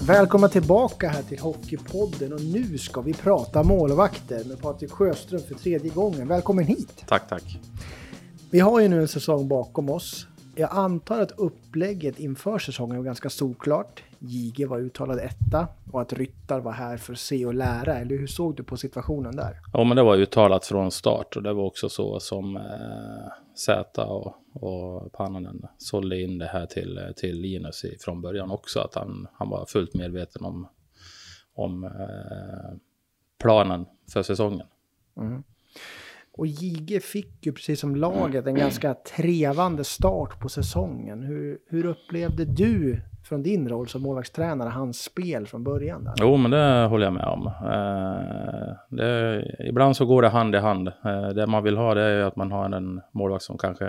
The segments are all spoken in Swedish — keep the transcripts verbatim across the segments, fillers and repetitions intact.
Välkomna tillbaka här till Hockeypodden och nu ska vi prata målvakter med Patrik Sjöström för tredje gången. Välkommen hit! Tack, tack. Vi har ju nu en säsong bakom oss. Jag antar att upplägget inför säsongen var ganska såklart. Jige var uttalad etta och att Ryttar var här för att se och lära. Eller hur såg du på situationen där? Ja, men det var uttalat från start och det var också så som eh, Zäta och, och Pannanen sålde in det här till, till Linus i, från början också. Att han, han var fullt medveten om, om eh, planen för säsongen. Mm. Och Jige fick ju precis som laget en ganska trevande start på säsongen. Hur, hur upplevde du från din roll som målvaktstränare hans spel från början? Där? Jo, men det håller jag med om. Eh, det, ibland så går det hand i hand. Eh, det man vill ha det är att man har en målvakt som kanske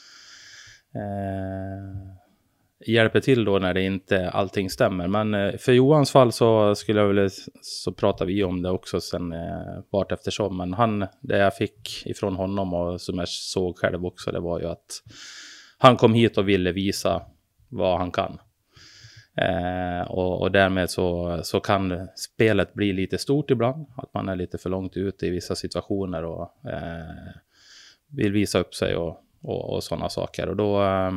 eh, hjälper till då när det inte allting stämmer. Men eh, för Johans fall så skulle jag vilja, så pratar vi om det också sen eh, vart eftersom. Men han, det jag fick ifrån honom och som jag såg själv också, det var ju att han kom hit och ville visa vad han kan. Eh, och, och därmed så, så kan spelet bli lite stort ibland. Att man är lite för långt ute i vissa situationer och eh, vill visa upp sig och, och, och sådana saker. Och då eh,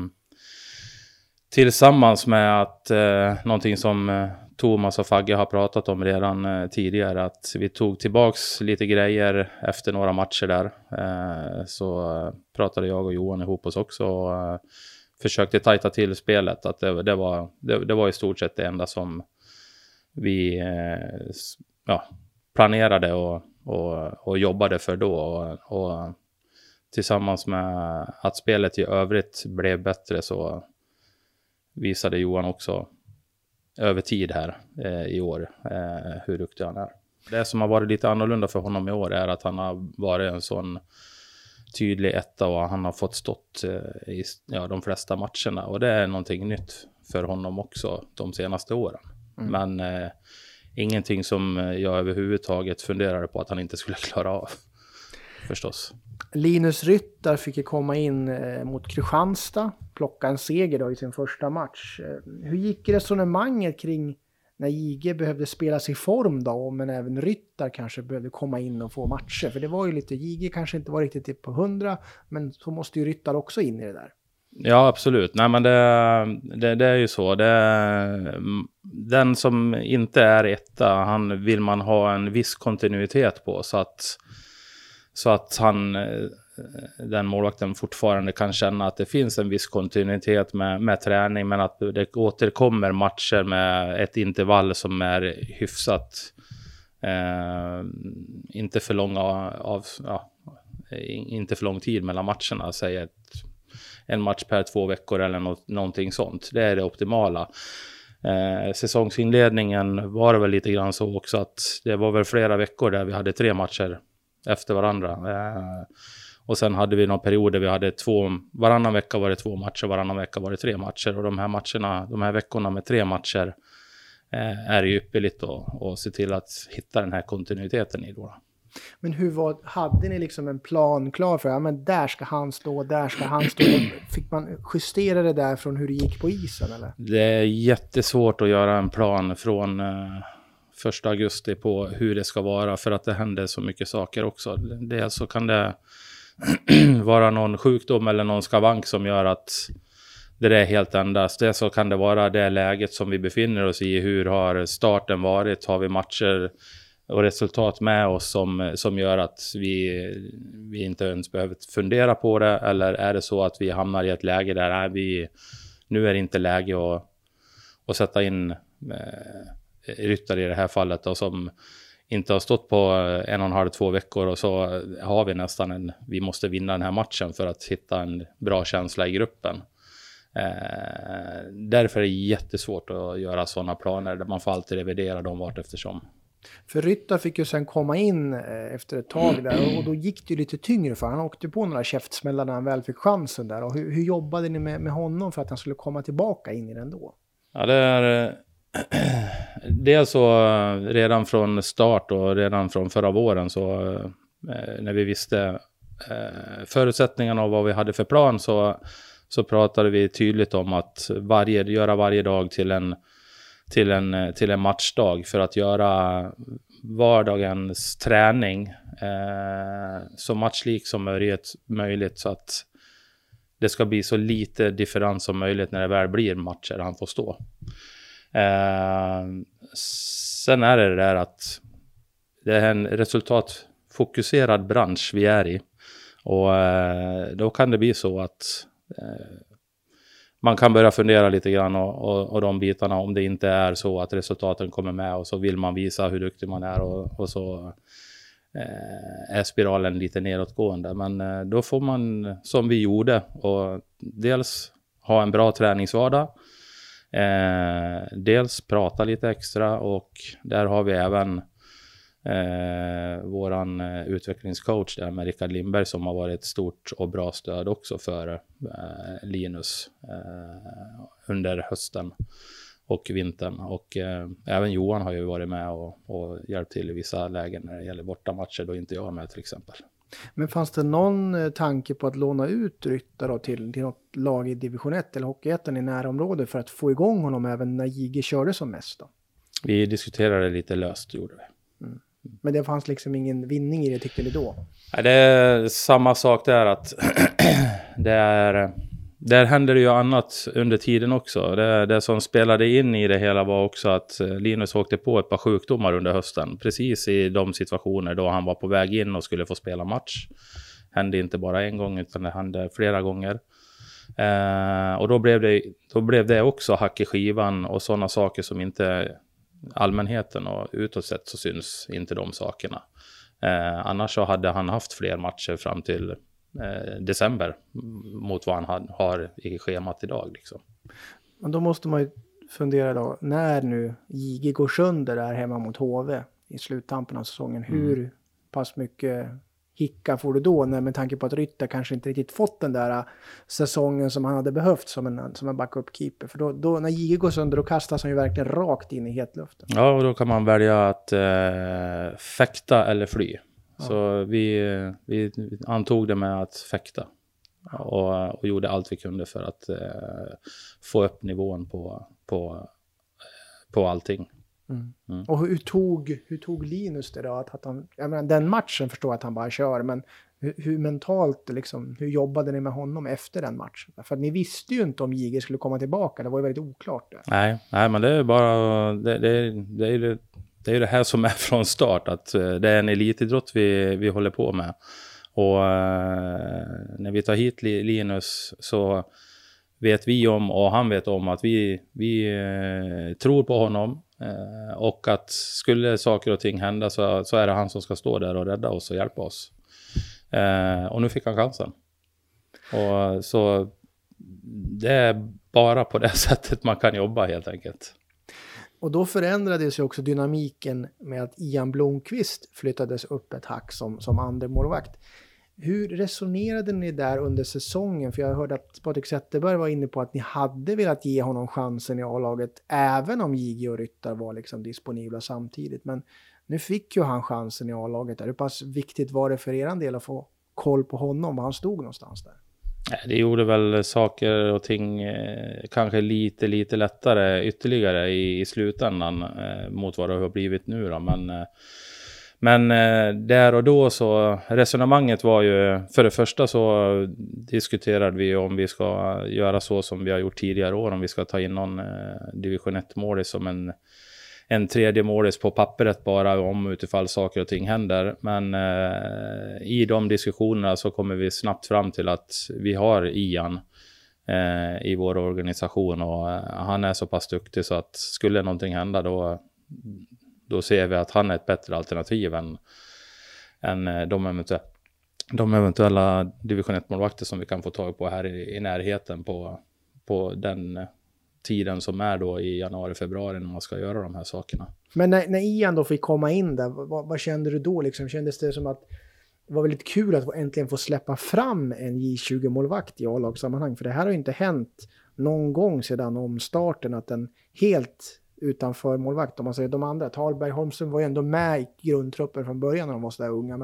tillsammans med att eh, någonting som eh, Thomas och Fagge har pratat om redan eh, tidigare, att vi tog tillbaks lite grejer efter några matcher där. Eh, så eh, pratade jag och Johan ihop oss också och eh, försökte tajta till spelet. Att det, det, var, det, det var i stort sett det enda som vi eh, ja, planerade och, och, och jobbade för då. Och, och tillsammans med att spelet i övrigt blev bättre så visade Johan också över tid här eh, i år eh, hur duktig han är. Det som har varit lite annorlunda för honom i år är att han har varit en sån tydlig etta och han har fått stått eh, i ja, de flesta matcherna. Och det är någonting nytt för honom också de senaste åren. Mm. Men eh, ingenting som jag överhuvudtaget funderade på att han inte skulle klara av. Förstås. Linus Ryttar fick ju komma in eh, mot Kristianstad, plocka en seger då i sin första match. Eh, hur gick resonemanget kring när Jige behövde spela sig i form då, men även Ryttar kanske behövde komma in och få matcher? För det var ju lite, Jige kanske inte var riktigt på hundra, men så måste ju Ryttar också in i det där. Ja, absolut. Nej, men det, det, det är ju så. Det, den som inte är etta, han vill man ha en viss kontinuitet på så att Så att han, den målvakten fortfarande kan känna att det finns en viss kontinuitet med, med träning. Men att det återkommer matcher med ett intervall som är hyfsat. Eh, inte för långa av, ja, inte för lång tid mellan matcherna. Säg ett, en match per två veckor eller något, någonting sånt. Det är det optimala. Eh, säsongsinledningen var det väl lite grann så också att det var väl flera veckor där vi hade tre matcher efter varandra. Eh, och sen hade vi någon period där vi hade två, varannan vecka var det två matcher, varannan vecka var det tre matcher. Och de här matcherna, de här veckorna med tre matcher eh, är ju ypperligt då, och se till att hitta den här kontinuiteten i då. Men hur var, hade ni liksom en plan klar för, ja men där ska han stå, där ska han stå. Fick man justera det där från hur det gick på isen eller? Det är jättesvårt att göra en plan från eh, första augusti på hur det ska vara, för att det händer så mycket saker också. Dels så kan det vara någon sjukdom eller någon skavank som gör att det är helt endast. Det så kan det vara det läget som vi befinner oss i. Hur har starten varit? Har vi matcher och resultat med oss som, som gör att vi, vi inte ens behöver fundera på det? Eller är det så att vi hamnar i ett läge där nej, vi, nu är det inte läge att, att sätta in eh, Ryttar i det här fallet och som inte har stått på en och en halv, två veckor, och så har vi nästan en, vi måste vinna den här matchen för att hitta en bra känsla i gruppen. Eh, därför är det jättesvårt att göra sådana planer där man får alltid revidera dem vart eftersom. För Ryttar fick ju sen komma in efter ett tag där och då gick det ju lite tyngre för han åkte på några käftsmällar när han väl fick chansen där. Och hur, hur jobbade ni med, med honom för att han skulle komma tillbaka in i den då? Ja, det är dels så redan från start och redan från förra våren så eh, när vi visste eh, förutsättningarna och vad vi hade för plan så, så pratade vi tydligt om att varje, göra varje dag till en till en, till en matchdag för att göra vardagens träning eh, så matchlik som möjligt, möjligt så att det ska bli så lite differens som möjligt när det väl blir matcher han får stå. Eh, sen är det det där att det är en resultatfokuserad bransch vi är i. Och eh, då kan det bli så att eh, man kan börja fundera lite grann och, och, och de bitarna om det inte är så att resultaten kommer med och så vill man visa hur duktig man är och, och så eh, är spiralen lite nedåtgående. Men eh, då får man, som vi gjorde, och dels ha en bra träningsvardag, eh, dels prata lite extra och där har vi även Eh, våran eh, utvecklingscoach där med Rickard Lindberg som har varit ett stort och bra stöd också för eh, Linus eh, under hösten och vintern. Och eh, även Johan har ju varit med och, och hjälpt till i vissa lägen när det gäller bortamatcher då inte jag är med till exempel. Men fanns det någon tanke på att låna ut Rytta då till, till något lag i division ett eller hockeyettan i närområdet för att få igång honom även när J G körde som mest då? Vi diskuterade lite löst, gjorde vi. Mm. Men det fanns liksom ingen vinning i det, tyckte ni då? Ja, det är samma sak där att det är, där händer det ju annat under tiden också. Det, det som spelade in i det hela var också att Linus åkte på ett par sjukdomar under hösten. Precis i de situationer då han var på väg in och skulle få spela match. Hände inte bara en gång utan det hände flera gånger. Eh, och då blev, det, då blev det också hack i skivan och sådana saker som inte allmänheten och utåt sett så syns inte de sakerna. Eh, annars så hade han haft fler matcher fram till eh, december mot vad han had, har i schemat idag. Liksom. Och då måste man ju fundera då, när nu J G går sönder där hemma mot H V i sluttampen av säsongen, mm. hur pass mycket hicka får du då när, med tanke på att Rytta kanske inte riktigt fått den där uh, säsongen som han hade behövt som en, som en backup-keeper. För då, då när J G går sönder då kastas han ju verkligen rakt in i hetluften. Ja, och då kan man välja att eh, fäkta eller fly. Ja. Så vi, vi antog det med att fäkta. Och, och gjorde allt vi kunde för att eh, få upp nivån på, på, på allting. Mm. Mm. Och hur tog, hur tog Linus det då? Att, att han, jag menar, den matchen förstår jag att han bara kör, men hur, hur mentalt, liksom, hur jobbade ni med honom efter den matchen? För att ni visste ju inte om J G skulle komma tillbaka, det var ju väldigt oklart. Där. Nej, nej, men det är bara, det, det, det är ju det, det, är det här som är från start, att det är en elitidrott vi, vi håller på med. Och eh, när vi tar hit Linus så vet vi om, och han vet om, att vi, vi eh, tror på honom. Eh, och att skulle saker och ting hända så, så är det han som ska stå där och rädda oss och hjälpa oss. Eh, och nu fick han chansen. Och så det är bara på det sättet man kan jobba helt enkelt. Och då förändrades ju också dynamiken med att Ian Blomqvist flyttades upp ett hack som, som andra målvakt. Hur resonerade ni där under säsongen? För jag hörde att Patrik Zetterberg var inne på att ni hade velat ge honom chansen i A-laget även om J G och Ryttar var liksom disponibla samtidigt. Men nu fick ju han chansen i A-laget. Hur pass viktigt var det för er del att få koll på honom, var han stod någonstans där? Det gjorde väl saker och ting eh, kanske lite, lite lättare ytterligare i, i slutändan eh, mot vad det har blivit nu då. Men, eh, men eh, där och då så resonemanget var ju, för det första så diskuterade vi om vi ska göra så som vi har gjort tidigare år, om vi ska ta in någon eh, division ett-målis som en en tredje målis på pappret bara om utifall saker och ting händer. Men eh, i de diskussionerna så kommer vi snabbt fram till att vi har Ian eh, i vår organisation och eh, han är så pass duktig så att skulle någonting hända då, då ser vi att han är ett bättre alternativ än, än de, eventu- de eventuella division ett-målvakter som vi kan få tag på här i, i närheten på, på den tiden som är då i januari, februari när man ska göra de här sakerna. Men när, när Ian då fick komma in där, vad, vad kände du då? Liksom, kändes det som att det var väldigt kul att äntligen få släppa fram en J tjugo-målvakt i A-lagssammanhang? För det här har ju inte hänt någon gång sedan omstarten att en helt utanför målvakt, om man säger de andra, Talberg, Holmström var ju ändå med i grundtruppen från början när de var så där unga, men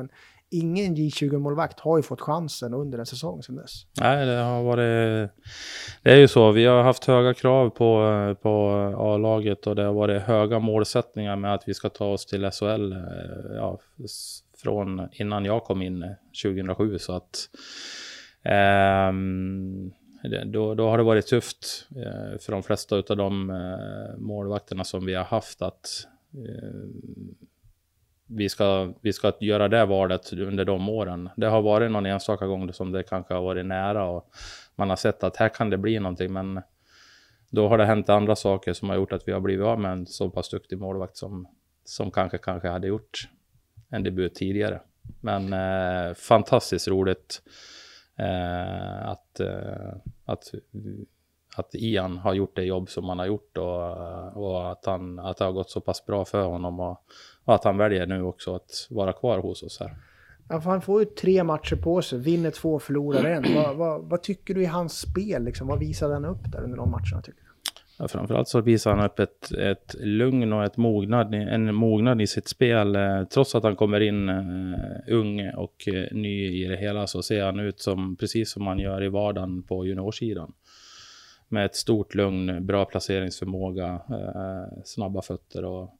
ingen J tjugo-målvakt har ju fått chansen under en säsong sedan dess. Nej, det har varit... Det är ju så, vi har haft höga krav på, på A-laget och det har varit höga målsättningar med att vi ska ta oss till S H L ja, från innan jag kom in tjugohundrasju. Så att eh, då, då har det varit tufft eh, för de flesta av de eh, målvakterna som vi har haft att eh, Vi ska, vi ska göra det valet under de åren. Det har varit någon enstaka gång som det kanske har varit nära och man har sett att här kan det bli någonting, men då har det hänt andra saker som har gjort att vi har blivit av med en så pass duktig målvakt som, som kanske, kanske hade gjort en debut tidigare. Men eh, fantastiskt roligt eh, att, eh, att, att Ian har gjort det jobb som han har gjort och, och att, han, att det har gått så pass bra för honom och Och att han väljer nu också att vara kvar hos oss här. Ja, för han får ju tre matcher på sig, vinner två, förlorar en. vad, vad, vad tycker du i hans spel? Liksom? Vad visar han upp där under de matcherna, tycker du? Ja, framförallt så visar han upp ett, ett lugn och ett mognad, en mognad i sitt spel. Trots att han kommer in uh, ung och uh, ny i det hela så ser han ut som precis som man gör i vardagen på juniorsidan. Med ett stort lugn, bra placeringsförmåga, uh, snabba fötter och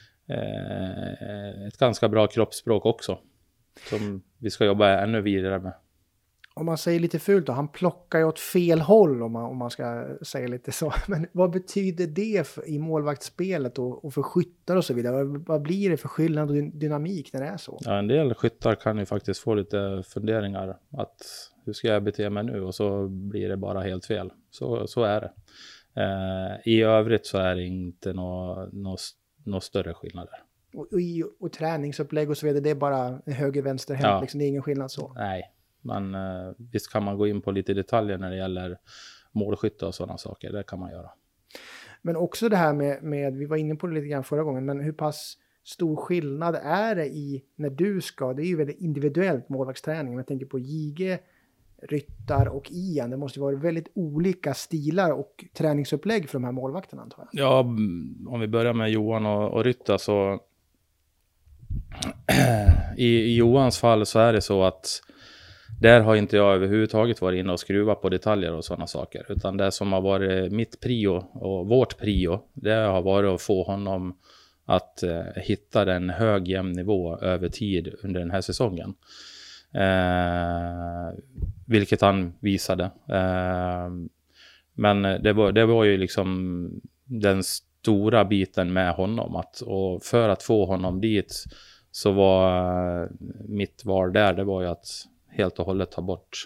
ett ganska bra kroppsspråk också som vi ska jobba ännu vidare med. Om man säger lite fult då, han plockar ju åt fel håll om man, om man ska säga lite så. Men vad betyder det för, i målvaktsspelet och, och för skyttar och så vidare? Vad, vad blir det för skillnad och dynamik när det är så? Ja, en del skyttar kan ju faktiskt få lite funderingar att hur ska jag bete mig nu, och så blir det bara helt fel. Så, så är det. Eh, I övrigt så är det inte något nå några större skillnader. Och, och, och träningsupplägg och så vidare, det är bara höger, vänster, hem, ja. Liksom, det är ingen skillnad så. Nej, men eh, visst kan man gå in på lite detaljer när det gäller målskytte och sådana saker, det kan man göra. Men också det här med, med, vi var inne på det lite grann förra gången, men hur pass stor skillnad är det i när du ska, det är ju väldigt individuellt målvaktsträning, jag tänker på J G, Ryttar och Ian, det måste ju vara väldigt olika stilar och träningsupplägg för de här målvakterna, antar jag. Ja, om vi börjar med Johan och, och Ryttar så i, i Johans fall så är det så att där har inte jag överhuvudtaget varit inne och skruvat på detaljer och sådana saker, utan det som har varit mitt prio och vårt prio, det har varit att få honom att eh, hitta en hög jämn nivå över tid under den här säsongen. Eh, vilket han visade. Eh, men det var, det var ju liksom den stora biten med honom. Att, och för att få honom dit så var mitt val där, det var ju att helt och hållet ta bort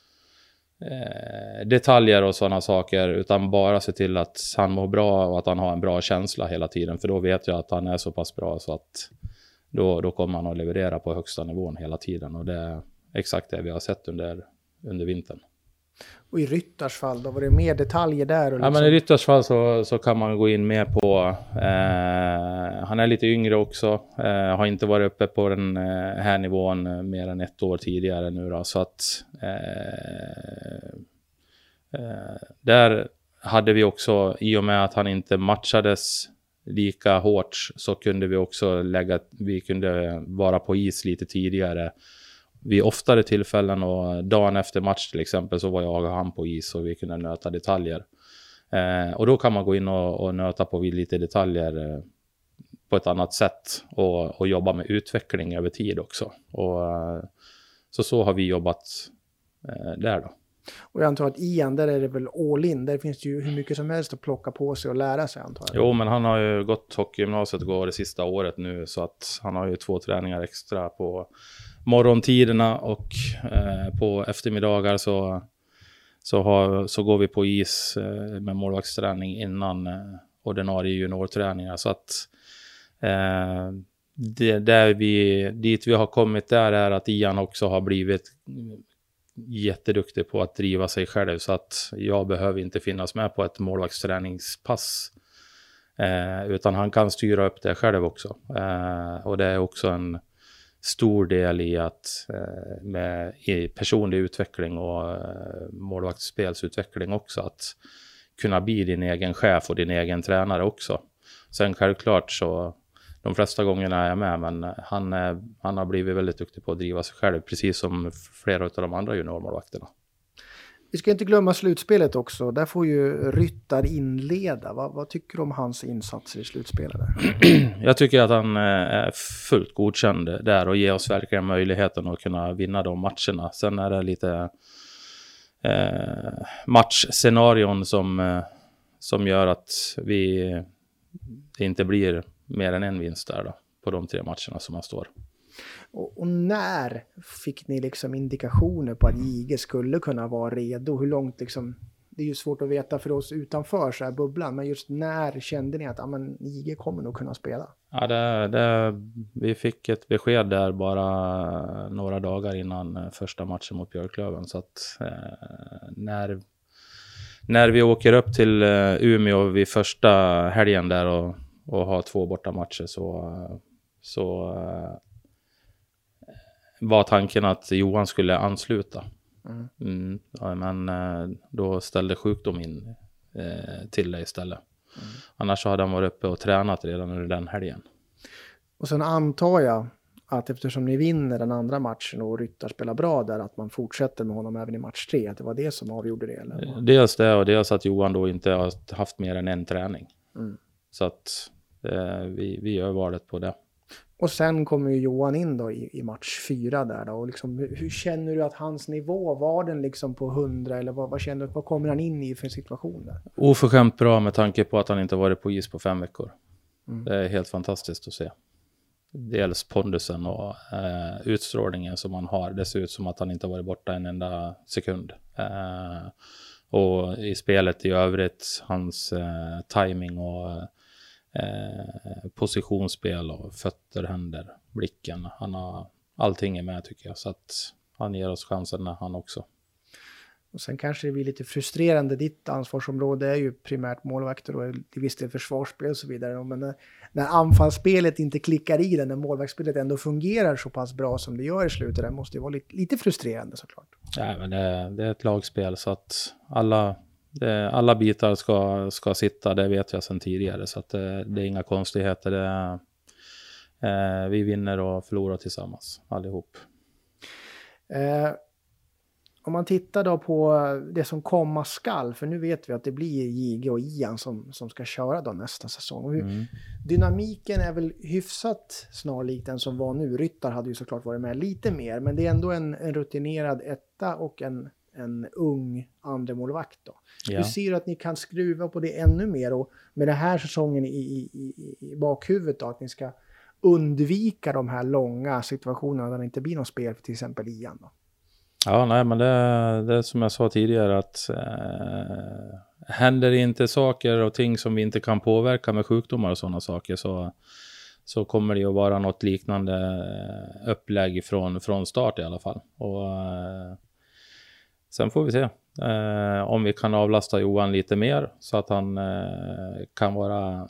eh, detaljer och sådana saker, utan bara se till att han mår bra och att han har en bra känsla hela tiden. För då vet jag att han är så pass bra så att Då, då kommer man att leverera på högsta nivån hela tiden. Och det är exakt det vi har sett under, under vintern. Och i Ryttars fall då, var det mer detaljer där? Och liksom... Ja, men i Ryttars fall så, så kan man gå in mer på... Eh, han är lite yngre också. Eh, har inte varit uppe på den eh, här nivån eh, mer än ett år tidigare nu då. Så att... Eh, eh, där hade vi också, i och med att han inte matchades lika hårt, så kunde vi också lägga, vi kunde vara på is lite tidigare vid oftare tillfällen, och dagen efter match till exempel så var jag och han på is och vi kunde nöta detaljer. Eh, och då kan man gå in och, och nöta på lite detaljer eh, på ett annat sätt och, och jobba med utveckling över tid också. Och, eh, så så har vi jobbat eh, där då. Och jag antar att Ian, där är det väl all in. Där finns det ju hur mycket som helst att plocka på sig och lära sig, antar jag. Jo, men han har ju gått hockeygymnasiet och går det sista året nu. Så att han har ju två träningar extra på morgontiderna. Och eh, på eftermiddagar så, så, har, så går vi på is eh, med målvaktsträning innan eh, ordinarie juniorträningar. Så att eh, det, där vi, dit vi har kommit där är att Ian också har blivit jätteduktig på att driva sig själv, så att jag behöver inte finnas med på ett målvaktsträningspass, eh, utan han kan styra upp det själv också. Eh, och det är också en stor del i att eh, med i personlig utveckling och eh, målvaktsspelsutveckling också, att kunna bli din egen chef och din egen tränare också. Sen självklart så de flesta gångerna är jag med, men han, är, han har blivit väldigt duktig på att driva sig själv, precis som flera av de andra juniormålvakterna. Vi ska inte glömma slutspelet också. Där får ju Ryttar inleda. Vad, vad tycker du om hans insatser i slutspelet? Jag tycker att han är fullt godkänd där och ger oss verkligen möjligheten att kunna vinna de matcherna. Sen är det lite eh, matchscenarion som, eh, som gör att vi det inte blir mer än en vinst där då, på de tre matcherna som man står. Och, och när fick ni liksom indikationer på att J G skulle kunna vara redo? Hur långt liksom, det är ju svårt att veta för oss utanför så här bubblan, men just när kände ni att ja, men J G kommer nog kunna spela? Ja, det, det, vi fick ett besked där bara några dagar innan första matchen mot Björklöven, så att eh, när, när vi åker upp till eh, Umeå vid första helgen där och, och har två borta matcher så, så eh, var tanken att Johan skulle ansluta. Mm. Mm, ja, men eh, då ställde sjukdom in eh, till det istället. Mm. Annars hade han varit uppe och tränat redan under den helgen. Och sen antar jag att eftersom ni vinner den andra matchen och Ryttar spelar bra där, att man fortsätter med honom även i match tre. Att det var det som avgjorde det? Eller? Dels det, och dels att Johan då inte har haft mer än en träning. Mm. Så att eh, vi, vi gör valet på det. Och sen kommer ju Johan in då i, i match fyra där då. Och liksom, hur, hur känner du att hans nivå, var den liksom på hundra eller vad, vad känner du, vad kommer han in i för situation där? Oförskämt bra med tanke på att han inte varit på is på fem veckor. Mm. Det är helt fantastiskt att se. Dels pondusen och eh, utstrålningen som han har. Det ser ut som att han inte varit borta en enda sekund. Eh, och i spelet i övrigt, hans eh, timing och eh, positionsspel och fötter, händer, blicken. Han har allting är med tycker jag. Så att han ger oss chansen när han också. Och sen kanske det blir lite frustrerande. Ditt ansvarsområde är ju primärt målvakter och till viss del försvarsspel och så vidare. Men när, när anfallsspelet inte klickar i den, när målvaktsspelet ändå fungerar så pass bra som det gör i slutet, det måste ju vara lite, lite frustrerande såklart. Ja, men det, det är ett lagspel så att alla, det, alla bitar ska, ska sitta, det vet jag sedan tidigare. Så att det, det är inga konstigheter. Det är, eh, vi vinner och förlorar tillsammans, allihop. Eh, Om man tittar då på det som komma skall, för nu vet vi att det blir J G och Ian som, som ska köra då nästa säsong. Hur, mm. Dynamiken är väl hyfsat snarlik den som var nu. Ryttar hade ju såklart varit med lite mer, men det är ändå en, en rutinerad etta och en, en ung andremålvakt då. Ja. Hur ser du att ni kan skruva på det ännu mer och med den här säsongen i, i, i, i bakhuvudet då, att ni ska undvika de här långa situationerna där det inte blir något spel för till exempel Ian då? Ja, nej, men det, det är som jag sa tidigare att eh, händer det inte saker och ting som vi inte kan påverka med sjukdomar och sådana saker så, så kommer det ju vara något liknande upplägg från, från start i alla fall. Och eh, sen får vi se eh, om vi kan avlasta Johan lite mer så att han eh, kan vara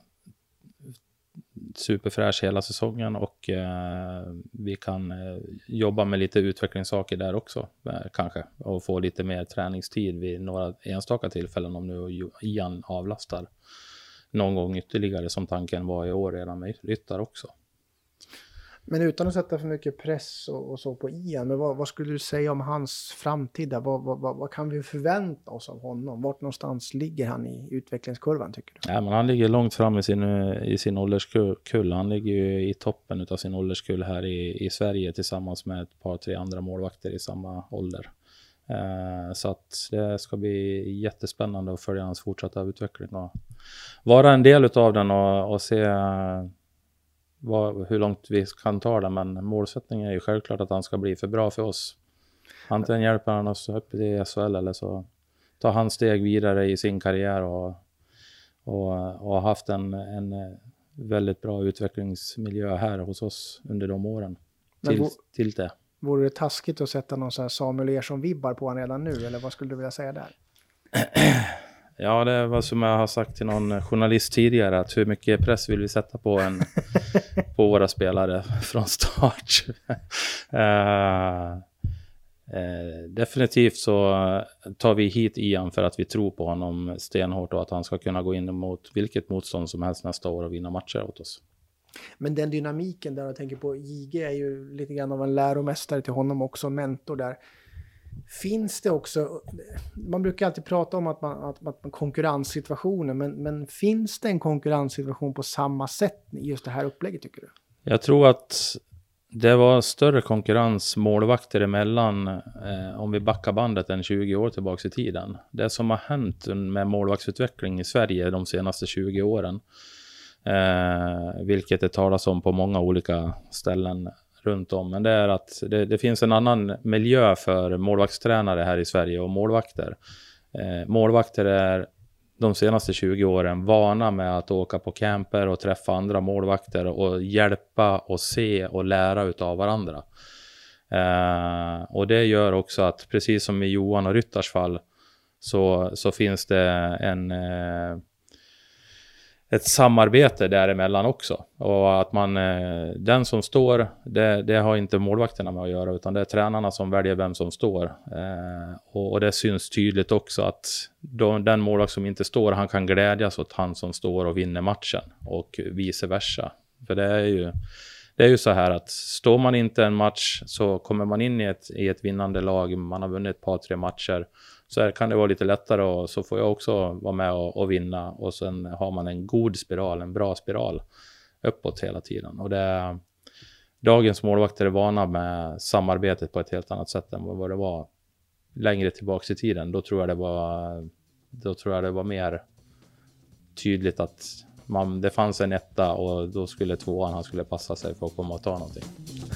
superfräsch hela säsongen och eh, vi kan eh, jobba med lite utvecklingssaker där också eh, kanske och få lite mer träningstid vid några enstaka tillfällen om nu Ian avlastar någon gång ytterligare som tanken var i år redan med Ryttar också. Men utan att sätta för mycket press och, och så på Ian, men vad, vad skulle du säga om hans framtida? Vad, vad, vad, vad kan vi förvänta oss av honom? Vart någonstans ligger han i utvecklingskurvan tycker du? Ja, men han ligger långt fram i sin, i sin ålderskull. Han ligger ju i toppen av sin ålderskull här i, i Sverige tillsammans med ett par, tre andra målvakter i samma ålder. Eh, så att det ska bli jättespännande att följa hans fortsatta utveckling och vara en del av den och, och se Vad, hur långt vi kan ta det, men målsättningen är ju självklart att han ska bli för bra för oss. Antingen hjälper han oss upp i S H L eller så tar han steg vidare i sin karriär och, och, och har haft en, en väldigt bra utvecklingsmiljö här hos oss under de åren. Till, vore, till det. Vore det taskigt att sätta någon sån här Samuel Ersson-vibbar på han redan nu, eller vad skulle du vilja säga där? Ja, det var som jag har sagt till någon journalist tidigare, att hur mycket press vill vi sätta på, en, på våra spelare från start. uh, uh, definitivt så tar vi hit Ian för att vi tror på honom stenhårt och att han ska kunna gå in mot vilket motstånd som helst nästa år och vinna matcher åt oss. Men den dynamiken där jag tänker på, J G är ju lite grann av en läromästare till honom också, mentor där. Finns det också, man brukar alltid prata om att man, att, att man konkurrenssituationer, men, men finns det en konkurrenssituation på samma sätt i just det här upplägget tycker du? Jag tror att det var större konkurrens målvakter emellan eh, om vi backar bandet än tjugo år tillbaka i tiden. Det som har hänt med målvaktsutveckling i Sverige de senaste tjugo åren, eh, vilket det talas om på många olika ställen runt om, men det är att det, det finns en annan miljö för målvaktstränare här i Sverige och målvakter. Eh, målvakter är de senaste tjugo åren vana med att åka på camper och träffa andra målvakter och hjälpa och se och lära utav varandra. Eh, och det gör också att precis som i Johan och Ryttars fall så, så finns det en... Eh, ett samarbete däremellan också. Och att man, den som står, det, det har inte målvakterna med att göra, utan det är tränarna som väljer vem som står. Eh, och, och det syns tydligt också att då, den målvakt som inte står, han kan glädjas åt han som står och vinner matchen. Och vice versa. För det är ju, det är ju så här att står man inte en match så kommer man in i ett, i ett vinnande lag. Man har vunnit ett par, tre matcher. Så här kan det vara lite lättare och så får jag också vara med och, och vinna. Och sen har man en god spiral, en bra spiral uppåt hela tiden. Och det, dagens målvakter är vana med samarbetet på ett helt annat sätt än vad det var längre tillbaka i tiden. Då tror jag det var, då tror jag det var mer tydligt att man, det fanns en etta och då skulle tvåan, han skulle passa sig för att komma och ta någonting.